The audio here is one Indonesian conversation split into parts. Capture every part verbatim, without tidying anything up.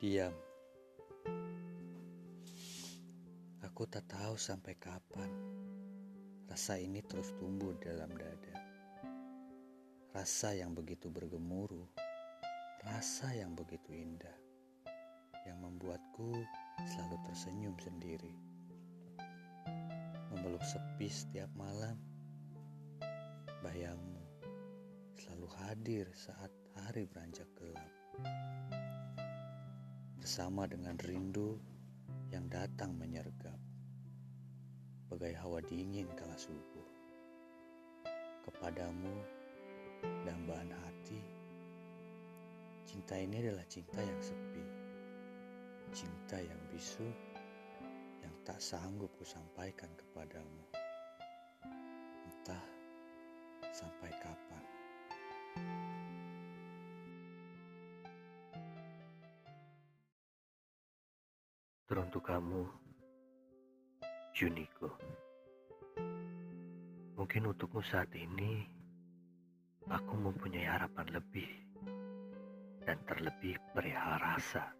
Diam. Aku tak tahu sampai kapan rasa ini terus tumbuh dalam dada. Rasa yang begitu bergemuruh, rasa yang begitu indah, yang membuatku selalu tersenyum sendiri. Memeluk sepi setiap malam, bayangmu selalu hadir saat hari beranjak gelap. Bersama dengan rindu yang datang menyergap, bagai hawa dingin kala subuh. Kepadamu, dambaan hati, cinta ini adalah cinta yang sepi, cinta yang bisu, yang tak sanggup kusampaikan kepadamu. Entah sampai kapan. Teruntuk kamu, Juniko. Mungkin untukmu saat ini, aku mempunyai harapan lebih, dan terlebih perihal rasa.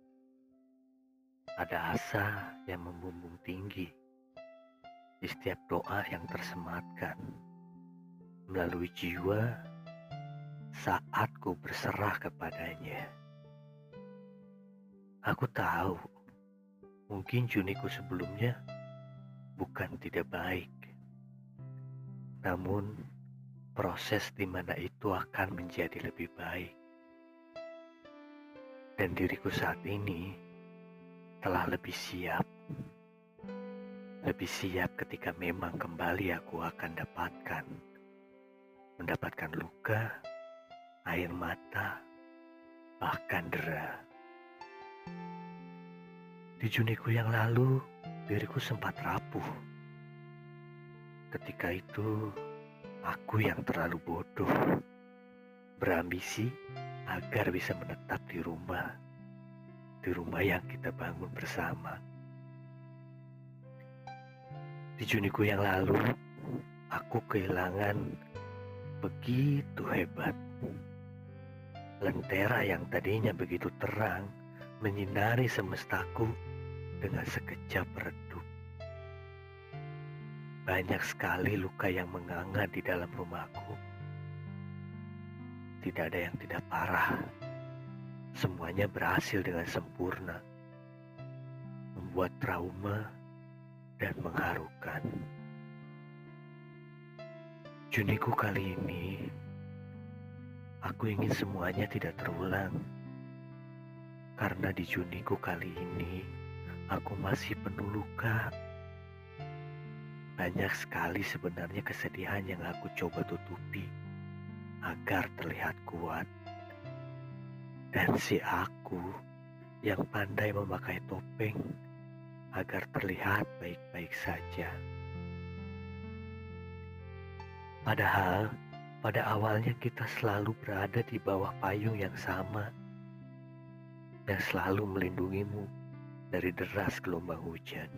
Ada asa yang membumbung tinggi di setiap doa yang tersematkan melalui jiwa saat ku berserah kepadanya. Aku tahu, mungkin Juniko sebelumnya bukan tidak baik. Namun, proses di mana itu akan menjadi lebih baik. Dan diriku saat ini telah lebih siap. Lebih siap ketika memang kembali aku akan dapatkan. Mendapatkan luka, air mata, bahkan dera. Di Juniko yang lalu, diriku sempat rapuh. Ketika itu, aku yang terlalu bodoh, berambisi agar bisa menetap di rumah, di rumah yang kita bangun bersama. Di Juniko yang lalu, aku kehilangan begitu hebat. Lentera yang tadinya begitu terang, menyinari semestaku dengan sekejap redup. Banyak sekali luka yang menganga di dalam rumahku. Tidak ada yang tidak parah. Semuanya berhasil dengan sempurna, membuat trauma dan mengharukan. Juniko kali ini, aku ingin semuanya tidak terulang. Karena di Juniko kali ini, aku masih penuh luka. Banyak sekali sebenarnya kesedihan yang aku coba tutupi agar terlihat kuat. Dan si aku yang pandai memakai topeng agar terlihat baik-baik saja. Padahal pada awalnya kita selalu berada di bawah payung yang sama, yang selalu melindungimu dari deras gelombang hujan.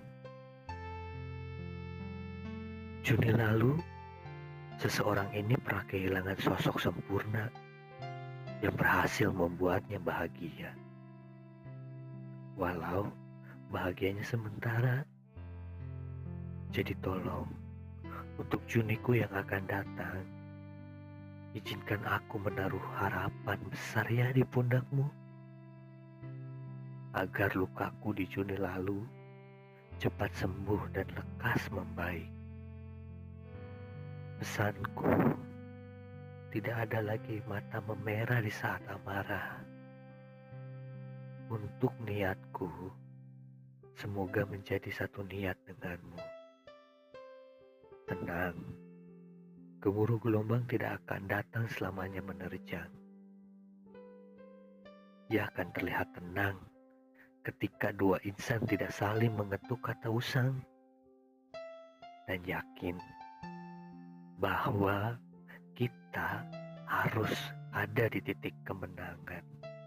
Juni lalu, seseorang ini pernah kehilangan sosok sempurna yang berhasil membuatnya bahagia. Walau bahagianya sementara. Jadi tolong, untuk Juniko yang akan datang, izinkan aku menaruh harapan besar ya di pundakmu, agar lukaku di Juni lalu cepat sembuh dan lekas membaik. Pesanku, tidak ada lagi mata memerah di saat amarah. Untuk niatku, semoga menjadi satu niat denganmu. Tenang, gemuruh gelombang tidak akan datang selamanya menerjang. Ia akan terlihat tenang ketika dua insan tidak saling mengetuk kata usang. Dan yakin bahwa kita harus ada di titik kemenangan.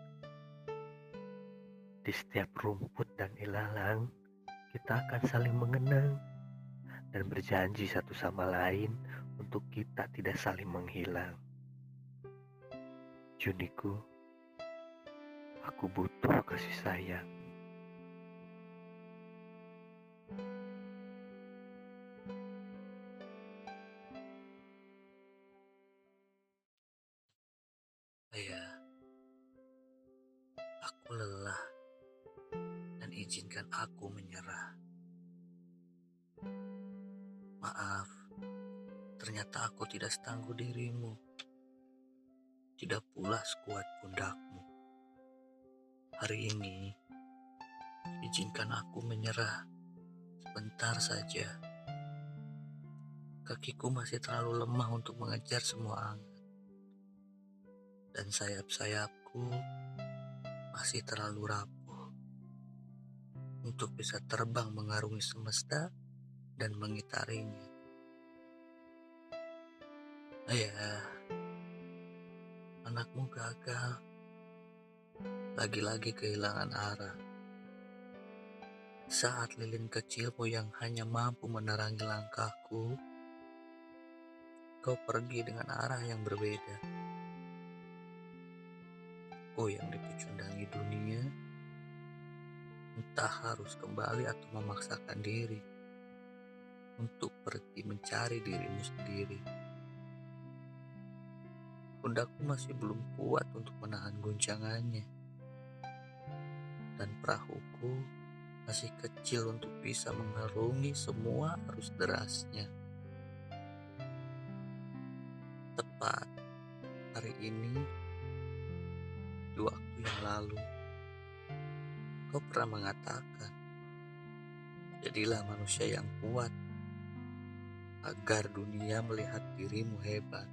Di setiap rumput dan ilalang, kita akan saling mengenang dan berjanji satu sama lain untuk kita tidak saling menghilang. Juniko, Aku butuh kasih sayang. Ayah, aku lelah dan izinkan aku menyerah. Maaf, ternyata aku tidak setangguh dirimu, tidak pula sekuat pundakmu. Hari ini, izinkan aku menyerah sebentar saja. Kakiku masih terlalu lemah untuk mengejar semua angin, dan sayap-sayapku masih terlalu rapuh untuk bisa terbang mengarungi semesta dan mengitarinya. Ayah, anakmu gagal, lagi-lagi kehilangan arah. Saat lilin kecilmu yang hanya mampu menerangi langkahku, kau pergi dengan arah yang berbeda. Aku yang dipecundangi dunia, entah harus kembali atau memaksakan diri untuk pergi mencari dirimu sendiri. Pundakku masih belum kuat untuk menahan guncangannya, dan perahuku masih kecil untuk bisa mengarungi semua arus derasnya. Tepat hari ini, di waktu yang lalu, kau pernah mengatakan, jadilah manusia yang kuat, agar dunia melihat dirimu hebat.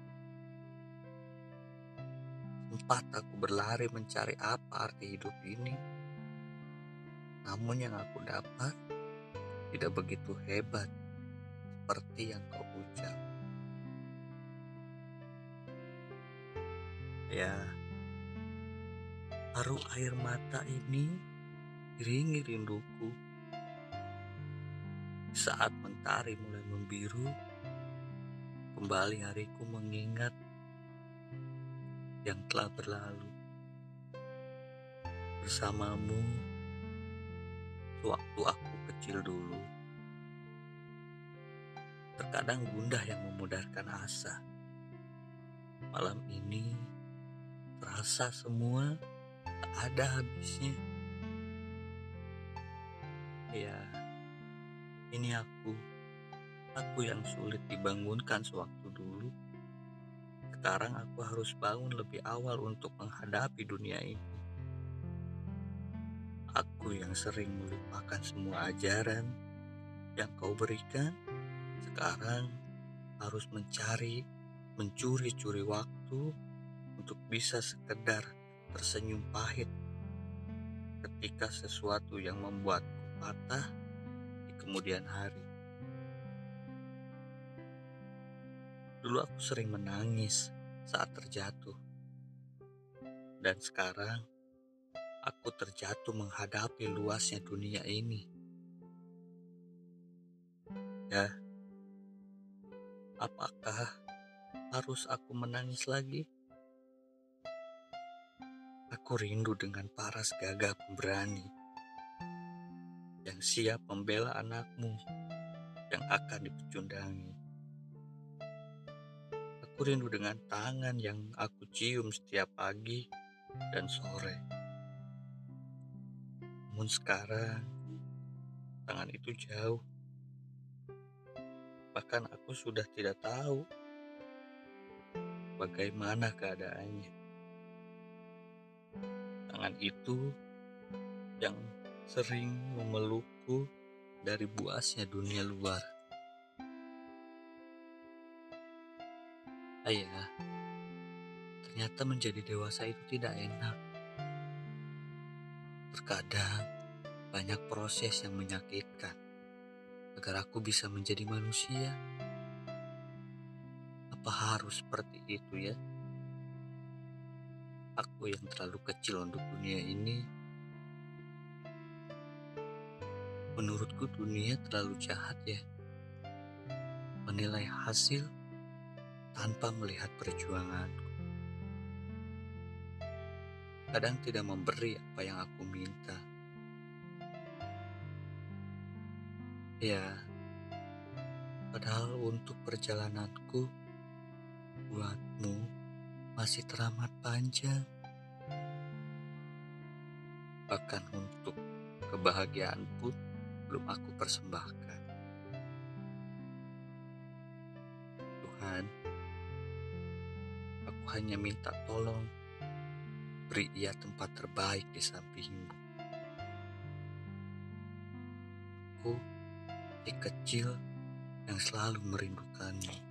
Sempat aku berlari mencari apa arti hidup ini, namun yang aku dapat tidak begitu hebat seperti yang kau ucap. Ya, haru air mata ini iringi rinduku. Saat mentari mulai membiru, kembali hariku mengingat yang telah berlalu. Bersamamu, sewaktu aku kecil dulu. Terkadang gundah yang memudarkan asa. Malam ini terasa semua tak ada habisnya. Ya, ini aku. Aku yang sulit dibangunkan sewaktu dulu. Sekarang aku harus bangun lebih awal untuk menghadapi dunia ini. Aku yang sering melupakan semua ajaran yang kau berikan, sekarang harus mencari, mencuri-curi waktu untuk bisa sekedar tersenyum pahit ketika sesuatu yang membuatku patah di kemudian hari. Dulu aku sering menangis saat terjatuh, dan sekarang aku terjatuh menghadapi luasnya dunia ini. Ya, apakah harus aku menangis lagi? Aku rindu dengan paras gagah pemberani yang siap membela anakmu yang akan dipecundangi. Aku rindu dengan tangan yang aku cium setiap pagi dan sore. Namun sekarang, tangan itu jauh. Bahkan aku sudah tidak tahu bagaimana keadaannya. Tangan itu yang sering memelukku dari buasnya dunia luar. Ayah, ternyata menjadi dewasa itu tidak enak. Terkadang banyak proses yang menyakitkan agar aku bisa menjadi manusia. Apa harus seperti itu ya? Aku yang terlalu kecil untuk dunia ini. Menurutku dunia terlalu jahat ya. Menilai hasil tanpa melihat perjuanganku. kadang tidak memberi apa yang aku minta. Ya, padahal untuk perjalananku buatmu masih teramat panjang. Bahkan untuk kebahagiaan pun belum aku persembahkan. Tuhan, aku hanya minta tolong beri ia tempat terbaik di sampingmu. Aku si kecil yang selalu merindukanmu.